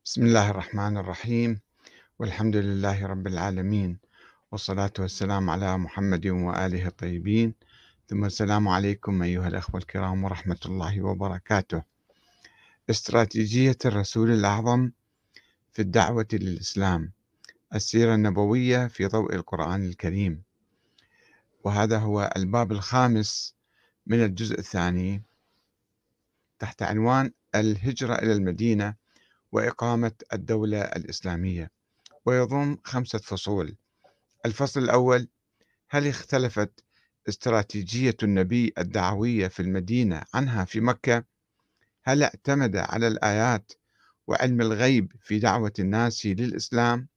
بسم الله الرحمن الرحيم، والحمد لله رب العالمين، والصلاة والسلام على محمد وآله الطيبين، ثم السلام عليكم أيها الأخوة الكرام ورحمة الله وبركاته. استراتيجية الرسول الأعظم في الدعوة للإسلام، السيرة النبوية في ضوء القرآن الكريم، وهذا هو الباب الخامس من الجزء الثاني تحت عنوان الهجرة إلى المدينة وإقامة الدولة الإسلامية، ويضم 5 فصول. الفصل الأول: هل اختلفت استراتيجية النبي الدعوية في المدينة عنها في مكة؟ هل اعتمد على الآيات وعلم الغيب في دعوة الناس للإسلام؟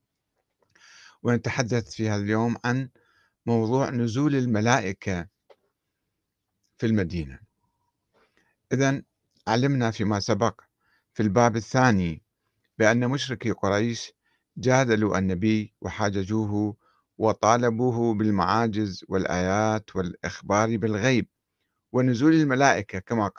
ونتحدث في هذا اليوم عن موضوع نزول الملائكة في المدينة. إذن علمنا فيما سبق في الباب الثاني بأن مشركي قريش جادلوا النبي وحاججوه وطالبوه بالمعاجز والآيات والإخبار بالغيب ونزول الملائكة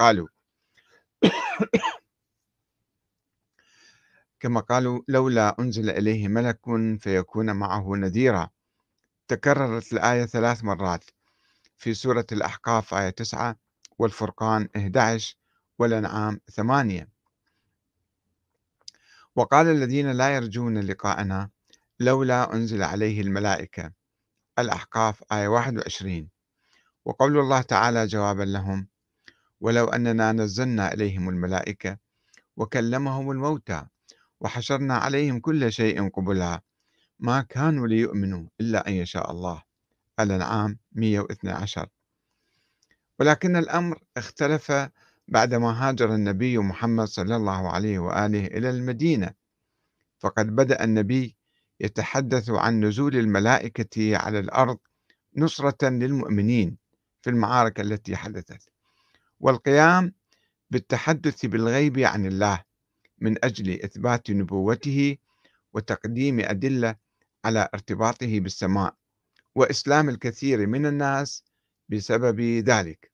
كما قالوا لولا أنزل إليه ملك فيكون معه نذيرا. تكررت الآية 3 مرات في سورة الأحقاف آية 9 والفرقان 11 والأنعام 8. وقال الذين لا يرجون لقاءنا لولا أنزل عليه الملائكة، الأحقاف آية 21. وقول الله تعالى جوابا لهم: ولو أننا نزلنا إليهم الملائكة وكلمهم الموتى وحشرنا عليهم كل شيء قبلا ما كانوا ليؤمنوا إلا أن يشاء الله، الأنعام 112. ولكن الأمر اختلف بعدما هاجر النبي محمد صلى الله عليه وآله إلى المدينة، فقد بدأ النبي يتحدث عن نزول الملائكة على الأرض نصرة للمؤمنين في المعارك التي حدثت، والقيام بالتحدث بالغيب عن الله من أجل إثبات نبوته وتقديم أدلة على ارتباطه بالسماء وإسلام الكثير من الناس بسبب ذلك.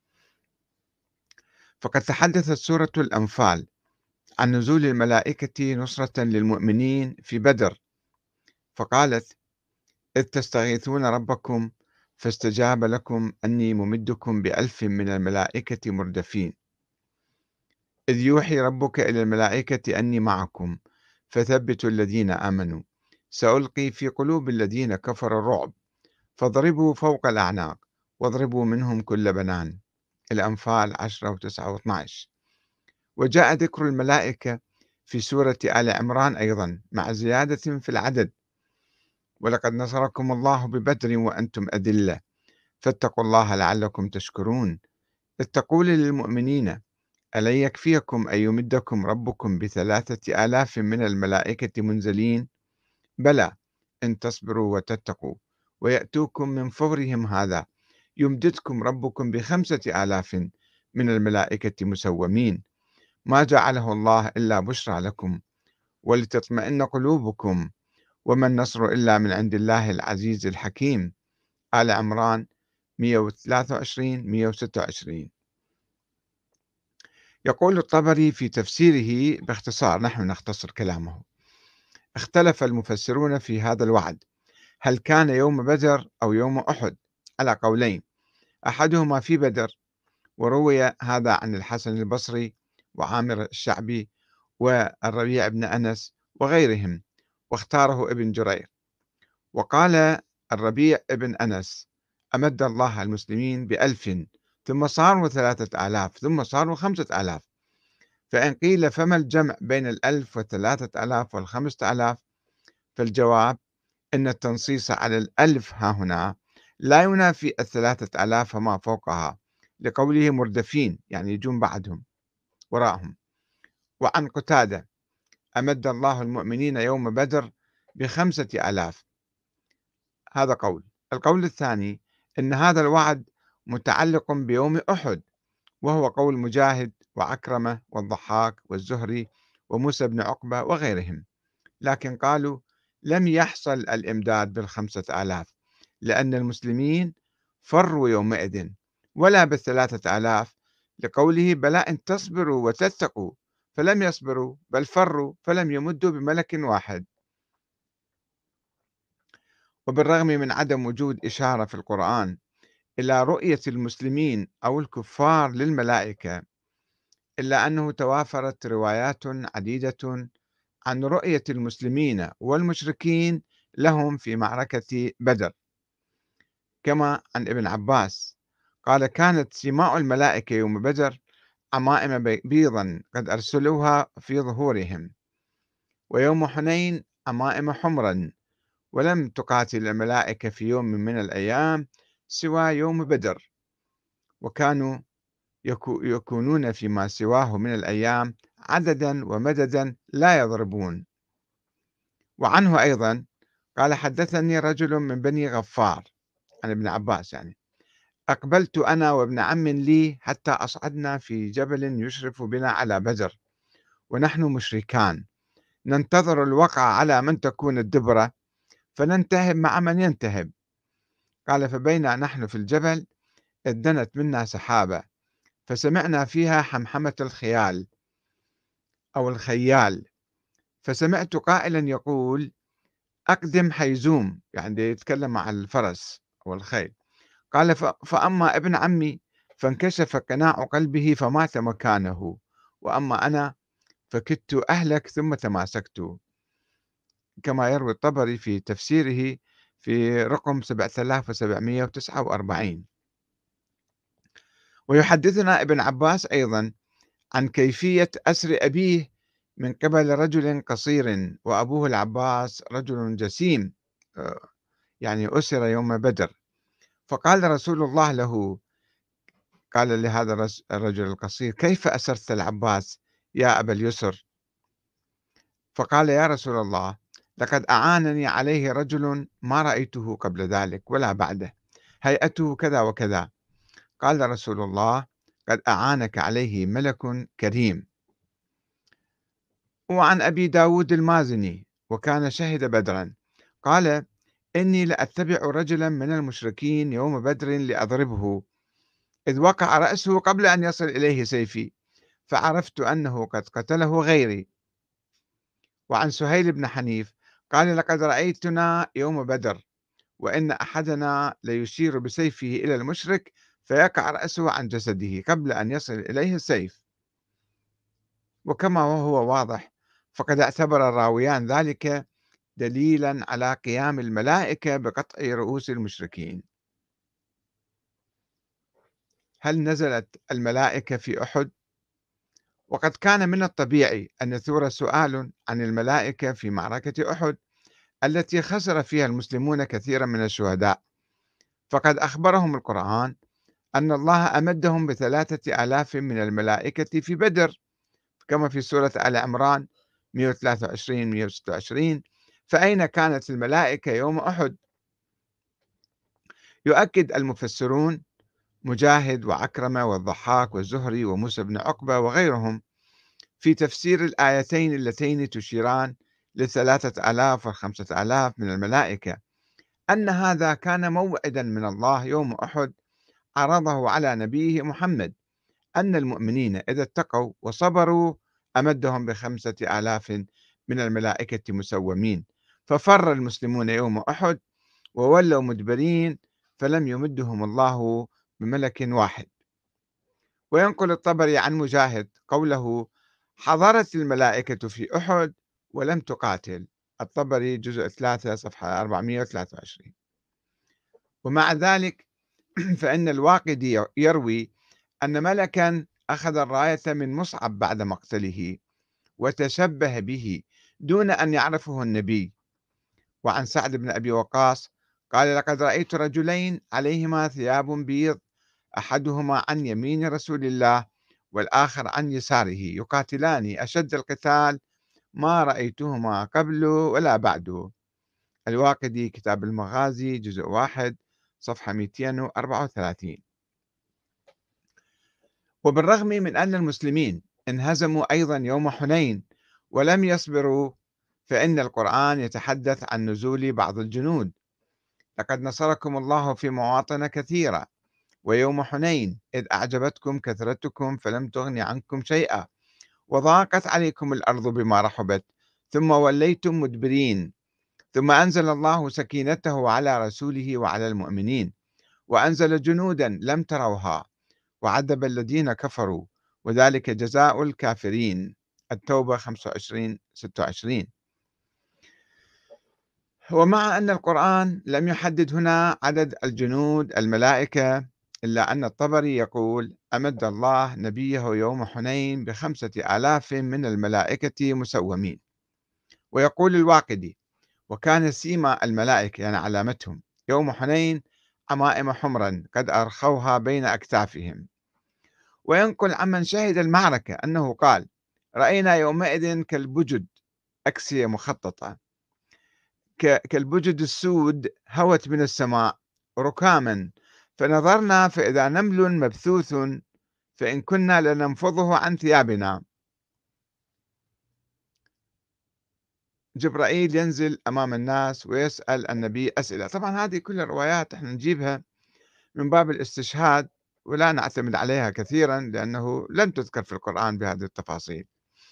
فقد تحدثت سورة الأنفال عن نزول الملائكة نصرة للمؤمنين في بدر، فقالت: إذ تستغيثون ربكم فاستجاب لكم أني ممدكم بألف من الملائكة مردفين، إذ يوحي ربك إلى الملائكة أني معكم فثبتوا الذين آمنوا سألقي في قلوب الذين كفروا الرعب فاضربوا فوق الأعناق واضربوا منهم كل بنان، الأنفال 10 و9 و12. وجاء ذكر الملائكة في سورة آل عمران أيضا مع زيادة في العدد: ولقد نصركم الله ببدر وأنتم أذلة فاتقوا الله لعلكم تشكرون، إذ تقول للمؤمنين ألن يكفيكم أن يمدكم ربكم ب3,000 من الملائكة منزلين، بلى إن تصبروا وتتقوا ويأتوكم من فورهم هذا يمددكم ربكم ب5,000 من الملائكة مسومين، ما جعله الله إلا بشرى لكم ولتطمئن قلوبكم وما النصر إلا من عند الله العزيز الحكيم، آل عمران 123 126. يقول الطبري في تفسيره باختصار، نحن نختصر كلامه: اختلف المفسرون في هذا الوعد، هل كان يوم بدر أو يوم أحد، على قولين، أحدهما في بدر، وروي هذا عن الحسن البصري وعامر الشعبي والربيع بن أنس وغيرهم، واختاره ابن جرير. وقال الربيع بن أنس: أمد الله المسلمين ب1000 ثم صاروا 3000 ثم صاروا 5000. فإن قيل فما الجمع بين 1000 و3000 و5000؟ فالجواب أن التنصيص على 1000 ها هنا لا ينافي 3000 وما فوقها، لقوله مردفين يعني يجون بعدهم وراءهم. وعن قتادة: أمد الله المؤمنين يوم بدر ب5000. هذا قول. القول الثاني أن هذا الوعد متعلق بيوم أحد، وهو قول مجاهد وعكرمة والضحاك والزهري وموسى بن عقبة وغيرهم، لكن قالوا لم يحصل الإمداد ب5,000 لأن المسلمين فروا يومئذ، ولا ب3,000 لقوله بلى إن تصبروا وتتقوا فلم يصبروا بل فروا فلم يمدوا بملك واحد. وبالرغم من عدم وجود إشارة في القرآن إلى رؤية المسلمين أو الكفار للملائكة، إلا أنه توافرت روايات عديدة عن رؤية المسلمين والمشركين لهم في معركة بدر، كما عن ابن عباس قال: كانت سماء الملائكة يوم بدر عمائم بيضا قد أرسلوها في ظهورهم، ويوم حنين عمائم حمرا، ولم تقاتل الملائكة في يوم من الأيام سوى يوم بدر، وكانوا يكونون فيما سواه من الأيام عددا ومددا لا يضربون. وعنه أيضا قال: حدثني رجل من بني غفار، عن ابن عباس يعني: أقبلت أنا وابن عم لي حتى أصعدنا في جبل يشرف بنا على بدر ونحن مشركان، ننتظر الوقع على من تكون الدبرة فننتهب مع من ينتهب. قال: فبينا نحن في الجبل إذ دنت منا سحابة فسمعنا فيها حمحمة الخيال أو الخيال، فسمعت قائلا يقول: أقدم حيزوم، يعني يتكلم مع الفرس أو الخيل. قال: فأما ابن عمي فانكشف قناع قلبه فمات مكانه، وأما أنا فكدت أهلك ثم تماسكت، كما يروي الطبري في تفسيره في رقم 7749. ويحدثنا ابن عباس أيضا عن كيفية أسر أبيه من قبل رجل قصير، وأبوه العباس رجل جسيم، يعني أسر يوم بدر. فقال رسول الله له، قال لهذا الرجل القصير: كيف أسرت العباس يا أبا اليسر؟ فقال: يا رسول الله، لقد أعانني عليه رجل ما رأيته قبل ذلك ولا بعده، هيئته كذا وكذا. قال رسول الله: قد أعانك عليه ملك كريم. وعن أبي داود المازني وكان شهد بدرا قال: إني لأتبع رجلا من المشركين يوم بدر لأضربه، إذ وقع رأسه قبل أن يصل إليه سيفي، فعرفت أنه قد قتله غيري. وعن سهيل بن حنيف قال: لقد رأيتنا يوم بدر وإن أحدنا ليشير بسيفه إلى المشرك فيقع رأسه عن جسده قبل أن يصل إليه السيف. وكما وهو واضح، فقد اعتبر الراويان ذلك دليلا على قيام الملائكة بقطع رؤوس المشركين. هل نزلت الملائكة في أحد؟ وقد كان من الطبيعي أن يثور سؤال عن الملائكة في معركة أحد التي خسر فيها المسلمون كثيرا من الشهداء، فقد أخبرهم القرآن أن الله أمدهم ب3000 من الملائكة في بدر، كما في سورة آل عمران 123 126. فأين كانت الملائكة يوم أحد؟ يؤكد المفسرون مجاهد وعكرمة والضحاك والزهري وموسى بن عقبة وغيرهم في تفسير الآيتين اللتين تشيران ل3000 و5000 من الملائكة أن هذا كان موعدا من الله يوم أحد عرضه على نبيه محمد، أن المؤمنين إذا اتقوا وصبروا أمدهم ب5000 من الملائكة مسومين، ففر المسلمون يوم أحد وولوا مدبرين فلم يمدهم الله بملك واحد. وينقل الطبري عن مجاهد قوله: حضرت الملائكة في أحد ولم تقاتل. الطبري جزء 3 صفحة 423. ومع ذلك فإن الواقدي يروي أن ملكا أخذ الراية من مصعب بعد مقتله وتشبه به دون أن يعرفه النبي. وعن سعد بن أبي وقاص قال: لقد رأيت رجلين عليهما ثياب بيض، أحدهما عن يمين رسول الله والآخر عن يساره، يقاتلان أشد القتال ما رأيتهما قبل ولا بعد. الواقدي كتاب المغازي جزء 1 صفحة 234. وبالرغم من أن المسلمين انهزموا أيضا يوم حنين ولم يصبروا، فإن القرآن يتحدث عن نزول بعض الجنود: لقد نصركم الله في مواطن كثيرة ويوم حنين إذ أعجبتكم كثرتكم فلم تغن عنكم شيئا وضاقت عليكم الأرض بما رحبت ثم وليتم مدبرين ثم أنزل الله سكينته على رسوله وعلى المؤمنين وأنزل جنودا لم تروها وعذب الذين كفروا وذلك جزاء الكافرين. التوبة 25-26. ومع أن القرآن لم يحدد هنا عدد الجنود الملائكة، إلا أن الطبري يقول: أمد الله نبيه يوم حنين ب5,000 من الملائكة مسومين. ويقول الواقدي: وكان سيما الملائكة يعني علامتهم يوم حنين عمائم حمرا قد أرخوها بين أكتافهم. وينقل عمن شهد المعركة أنه قال: رأينا يومئذ كالبجد أكسية مخططة كالبجد السود هوت من السماء ركاما فنظرنا فإذا نمل مبثوث فإن كنا لننفضه عن ثيابنا. جبرائيل ينزل أمام الناس ويسأل النبي أسئلة. طبعا هذه كل الروايات احنا نجيبها من باب الاستشهاد ولا نعتمد عليها كثيرا لأنه لم تذكر في القرآن بهذه التفاصيل.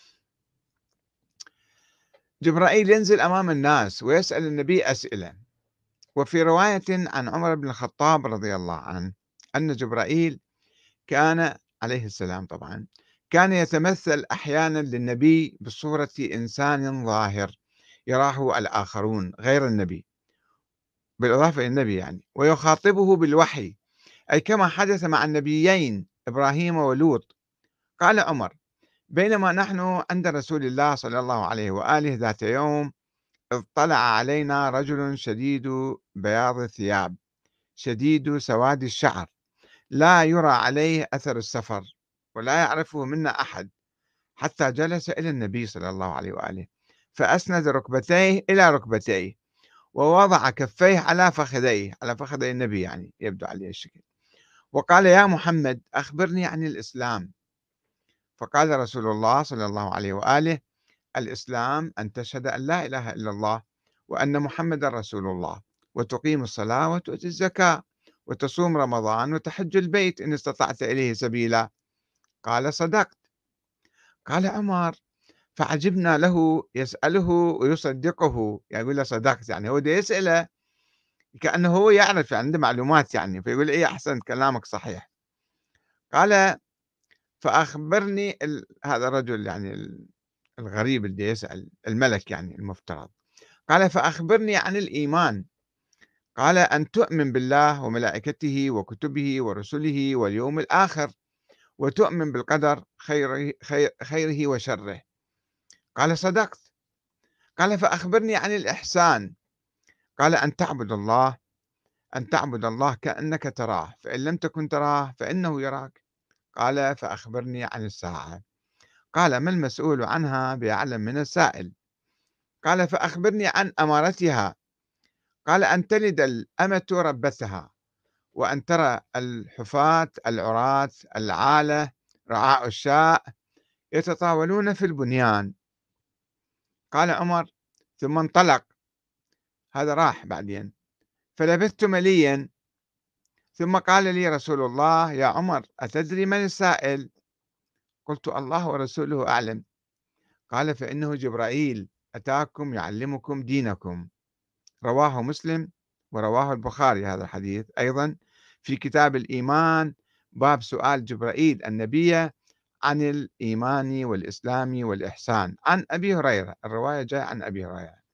جبرائيل ينزل أمام الناس ويسأل النبي أسئلة. وفي رواية عن عمر بن الخطاب رضي الله عنه أن جبرائيل كان عليه السلام طبعا كان يتمثل أحيانا للنبي بصورة إنسان ظاهر يراه الآخرون غير النبي، بالإضافة إلى النبي يعني، ويخاطبه بالوحي، أي كما حدث مع النبيين إبراهيم ولوط. قال عمر: بينما نحن عند رسول الله صلى الله عليه وآله ذات يوم اطلع علينا رجل شديد بياض الثياب شديد سواد الشعر لا يرى عليه أثر السفر ولا يعرفه منا أحد، حتى جلس إلى النبي صلى الله عليه وآله فأسند ركبتيه إلى ركبتيه ووضع كفيه على فخذيه، على فخذي النبي يعني يبدو عليه الشكل، وقال: يا محمد أخبرني عن الإسلام. فقال رسول الله صلى الله عليه وآله: الإسلام أن تشهد أن لا إله إلا الله وأن محمد رسول الله وتقيم الصلاة وتؤتي الزكاة وتصوم رمضان وتحج البيت إن استطعت إليه سبيلا. قال: صدقت. قال عمر: فعجبنا له يسأله ويصدقه، يعني يقول له صدقت، يعني هو ده يسأله كأنه هو يعرف، يعني عنده معلومات يعني، فيقول إيه أحسنت كلامك صحيح. قال: فأخبرني هذا الرجل يعني الغريب اللي يسأل الملك يعني المفترض، قال: فأخبرني عن الإيمان. قال: أن تؤمن بالله وملائكته وكتبه ورسله واليوم الآخر وتؤمن بالقدر خيره وشره. قال: صدقت. قال: فأخبرني عن الإحسان. قال: أن تعبد الله كأنك تراه فإن لم تكن تراه فإنه يراك. قال: فأخبرني عن الساعة. قال: ما المسؤول عنها بأعلم من السائل. قال: فأخبرني عن أمارتها. قال: أن تلد الأمة ربتها وأن ترى الحفاة العراة العالة رعاء الشاء يتطاولون في البنيان. قال عمر: ثم انطلق، هذا راح بعدين، فلبثت مليا ثم قال لي رسول الله: يا عمر أتدري من السائل؟ قلت: الله ورسوله أعلم. قال: فإنه جبرائيل أتاكم يعلمكم دينكم. رواه مسلم ورواه البخاري هذا الحديث أيضا في كتاب الإيمان باب سؤال جبرائيل النبي عن الإيمان والإسلام والإحسان عن أبي هريرة، الرواية جاء عن أبي هريرة.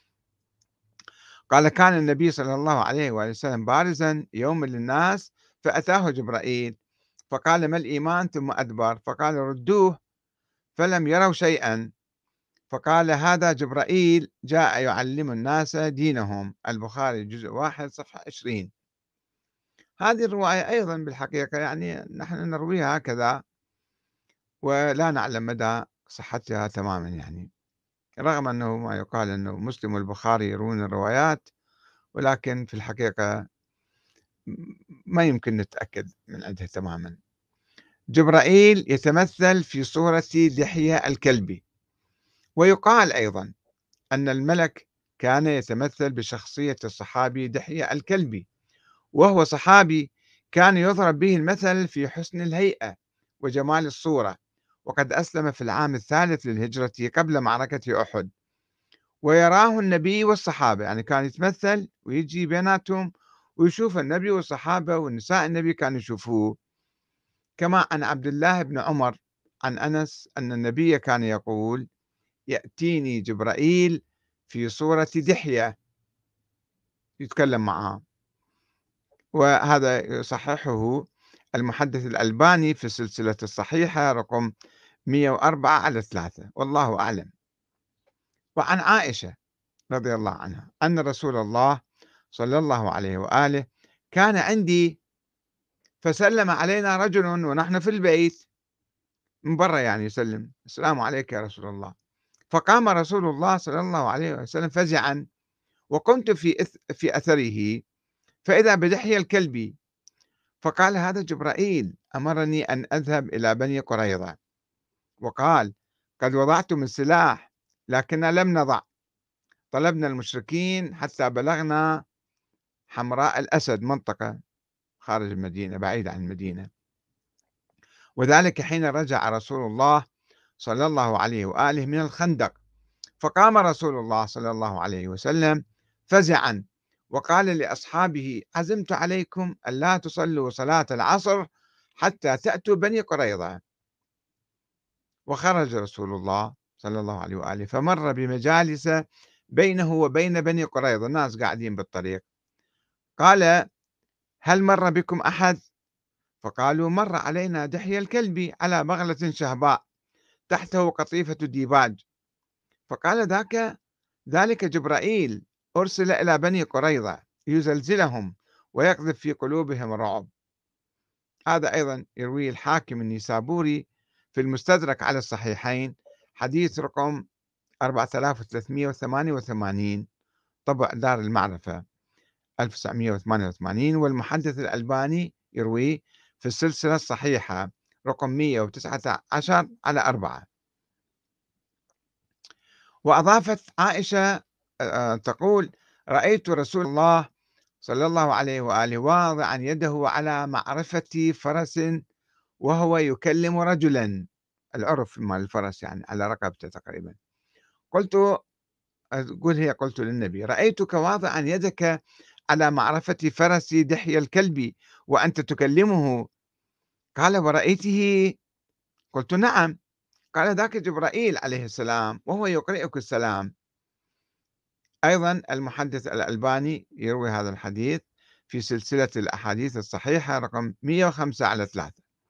قال: كان النبي صلى الله عليه وآله وسلم بارزا يوم للناس فأتاه جبرائيل فقال: ما الإيمان؟ ثم أدبر فقال: ردوه، فلم يروا شيئا، فقال: هذا جبرائيل جاء يعلم الناس دينهم. البخاري جزء 1 صفحة 20. هذه الرواية أيضا بالحقيقة يعني نحن نرويها هكذا ولا نعلم مدى صحتها تماما، يعني رغم أنه ما يقال أنه مسلم والبخاري يروون الروايات، ولكن في الحقيقة ما يمكن نتأكد من عندها تماما. جبرائيل يتمثل في صورة دحية الكلبي. ويقال أيضا أن الملك كان يتمثل بشخصية الصحابي دحية الكلبي، وهو صحابي كان يضرب به المثل في حسن الهيئة وجمال الصورة وقد أسلم في العام الثالث للهجرة قبل معركة أحد، ويراه النبي والصحابة، يعني كان يتمثل ويجي بيناتهم ويشوف النبي والصحابة ونساء النبي كانوا يشوفوه. كما عن عبد الله بن عمر عن أنس أن النبي كان يقول: يأتيني جبرائيل في صورة دحية يتكلم معها. وهذا يصححه المحدث الألباني في السلسلة الصحيحة رقم 104/3، والله أعلم. وعن عائشة رضي الله عنها أن رسول الله صلى الله عليه وآله كان عندي فسلم علينا رجل ونحن في البيت، من برا يعني يسلم: السلام عليك يا رسول الله. فقام رسول الله صلى الله عليه وسلم فزعا، وقمت في أثره، فإذا بدحية الكلبي، فقال: هذا جبرائيل أمرني أن أذهب إلى بني قريظة، وقال: قد وضعتم السلاح لكن لم نضع، طلبنا المشركين حتى بلغنا حمراء الأسد، منطقة خارج المدينة بعيدة عن المدينة، وذلك حين رجع رسول الله صلى الله عليه وآله من الخندق. فقام رسول الله صلى الله عليه وسلم فزعا وقال لأصحابه: عزمت عليكم ألا تصلوا صلاة العصر حتى تأتوا بني قريظة. وخرج رسول الله صلى الله عليه وآله فمر بمجالس بينه وبين بني قريظة، الناس قاعدين بالطريق. قال: هل مر بكم أحد؟ فقالوا: مر علينا دحية الكلبي على بغلة شهباء تحته قطيفة ديباج. فقال: ذلك جبرائيل أرسل إلى بني قريظة يزلزلهم ويقذف في قلوبهم الرعب. هذا أيضا يرويه الحاكم النيسابوري في المستدرك على الصحيحين، حديث رقم 4388، طبع دار المعرفة 1988، والمحدث الألباني يرويه في السلسلة الصحيحة رقم 119/4. وأضافت عائشة تقول: رأيت رسول الله صلى الله عليه وآله واضعا يده على معرفة فرس وهو يكلم رجلا، العرف مال الفرس يعني على رقبته تقريبا. قلت أقول هي قلت للنبي: رأيتك واضعا يدك على معرفة فرس دحية الكلب وأنت تكلمه. قال: ورأيته؟ قلت: نعم. قال: ذاك جبرائيل عليه السلام وهو يقرئك السلام. أيضا المحدث الألباني يروي هذا الحديث في سلسلة الأحاديث الصحيحة رقم 105/3.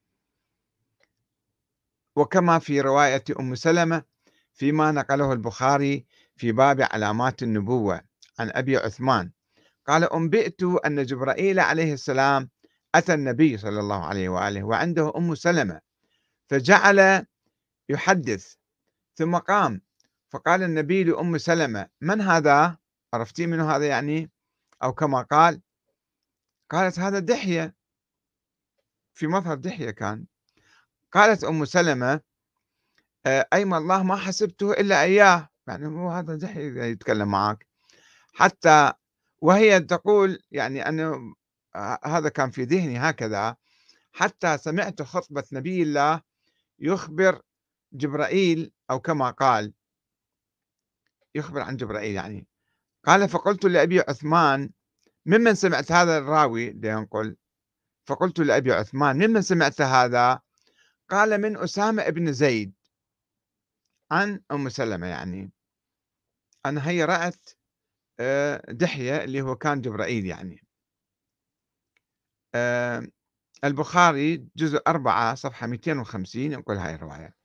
وكما في رواية أم سلمة فيما نقله البخاري في باب علامات النبوة عن أبي عثمان، قال: أنبئت أن جبرائيل عليه السلام أتى النبي صلى الله عليه وآله وعنده أم سلمة، فجعل يحدث، ثم قام فقال النبي لأم سلمة: من هذا؟ عرفتي من هذا يعني؟ أو كما قال، قالت: هذا دحية، في مظهر دحية كان. قالت أم سلمة: أيم الله ما حسبته إلا إياه، يعني هو هذا دحية يتكلم معك. حتى وهي تقول يعني أنه هذا كان في ذهني هكذا، حتى سمعت خطبة نبي الله يخبر جبرائيل، أو كما قال يخبر عن جبرائيل يعني. قال: فقلت لأبي عثمان: ممن سمعت هذا الراوي لينقل؟ فقلت لأبي عثمان: ممن سمعت هذا؟ قال: من أسامة بن زيد عن أم سلمة، يعني أنا هي رأت دحية اللي هو كان جبرائيل يعني. آه، البخاري جزء 4 صفحة 250 ينقل هاي الرواية.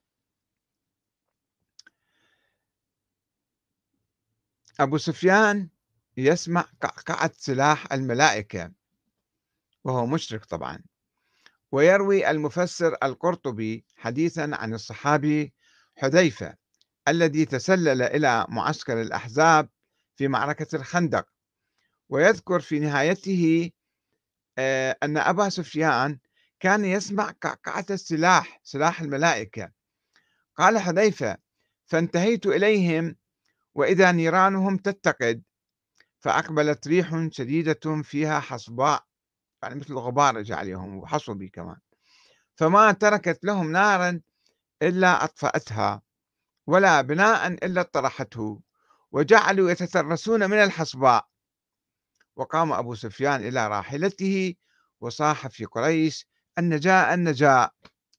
أبو سفيان يسمع قعقعة سلاح الملائكة وهو مشرك طبعا. ويروي المفسر القرطبي حديثا عن الصحابي حذيفة الذي تسلل إلى معسكر الأحزاب في معركة الخندق، ويذكر في نهايته أن أبا سفيان كان يسمع قعقعة السلاح، سلاح الملائكة. قال حذيفة: فانتهيت إليهم وإذا نيرانهم تتقد، فأقبلت ريح شديدة فيها حصباء، يعني مثل غبار اجى عليهم وحصبي كمان، فما تركت لهم نارا إلا أطفأتها، ولا بناء إلا اطرحته، وجعلوا يتترسون من الحصباء. وقام أبو سفيان إلى راحلته وصاح في قريش: النجاء النجاء.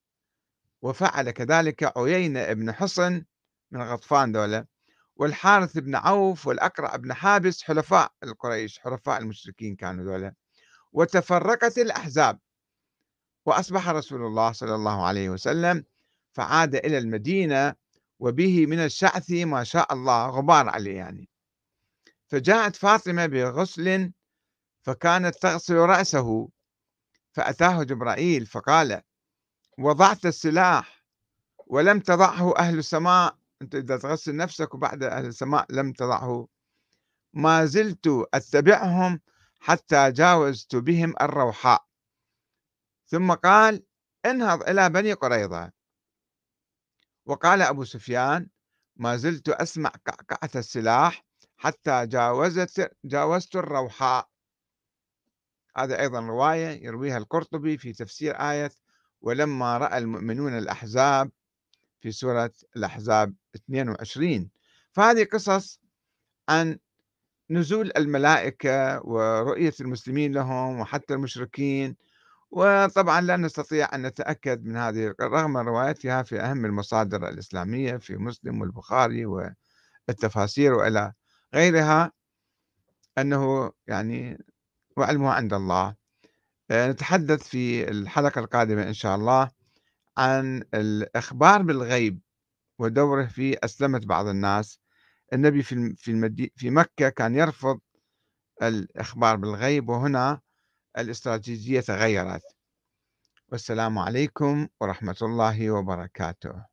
وفعل كذلك عيينة بن حصن من غطفان دولة، والحارث بن عوف والأقرع بن حابس، حلفاء القريش، حلفاء المشركين كانوا دولة. وتفرقت الأحزاب، وأصبح رسول الله صلى الله عليه وسلم فعاد إلى المدينة وبه من الشعث ما شاء الله، غبار عليه يعني. فجاءت فاطمة بغسل فكانت تغسل رأسه، فأتاه جبرائيل فقال: وضعت السلاح ولم تضعه أهل السماء. أنت إذا تغسل نفسك وبعد أهل السماء لم تضعه. ما زلت أتبعهم حتى جاوزت بهم الروحاء. ثم قال: انهض إلى بني قريظة. وقال أبو سفيان: ما زلت أسمع قعقعة السلاح حتى جاوزت الروحاء. هذا أيضا رواية يرويها القرطبي في تفسير آية: ولما رأى المؤمنون الأحزاب، في سورة الأحزاب 22. فهذه قصص عن نزول الملائكة ورؤية المسلمين لهم وحتى المشركين. وطبعا لا نستطيع أن نتأكد من هذه رغم روايتها في أهم المصادر الإسلامية في مسلم والبخاري والتفاسير وإلى غيرها، أنه يعني وعلمها عند الله. نتحدث في الحلقة القادمة إن شاء الله عن الإخبار بالغيب ودوره في أسلمة بعض الناس. النبي في مكة كان يرفض الإخبار بالغيب، وهنا الاستراتيجية تغيرت. والسلام عليكم ورحمة الله وبركاته.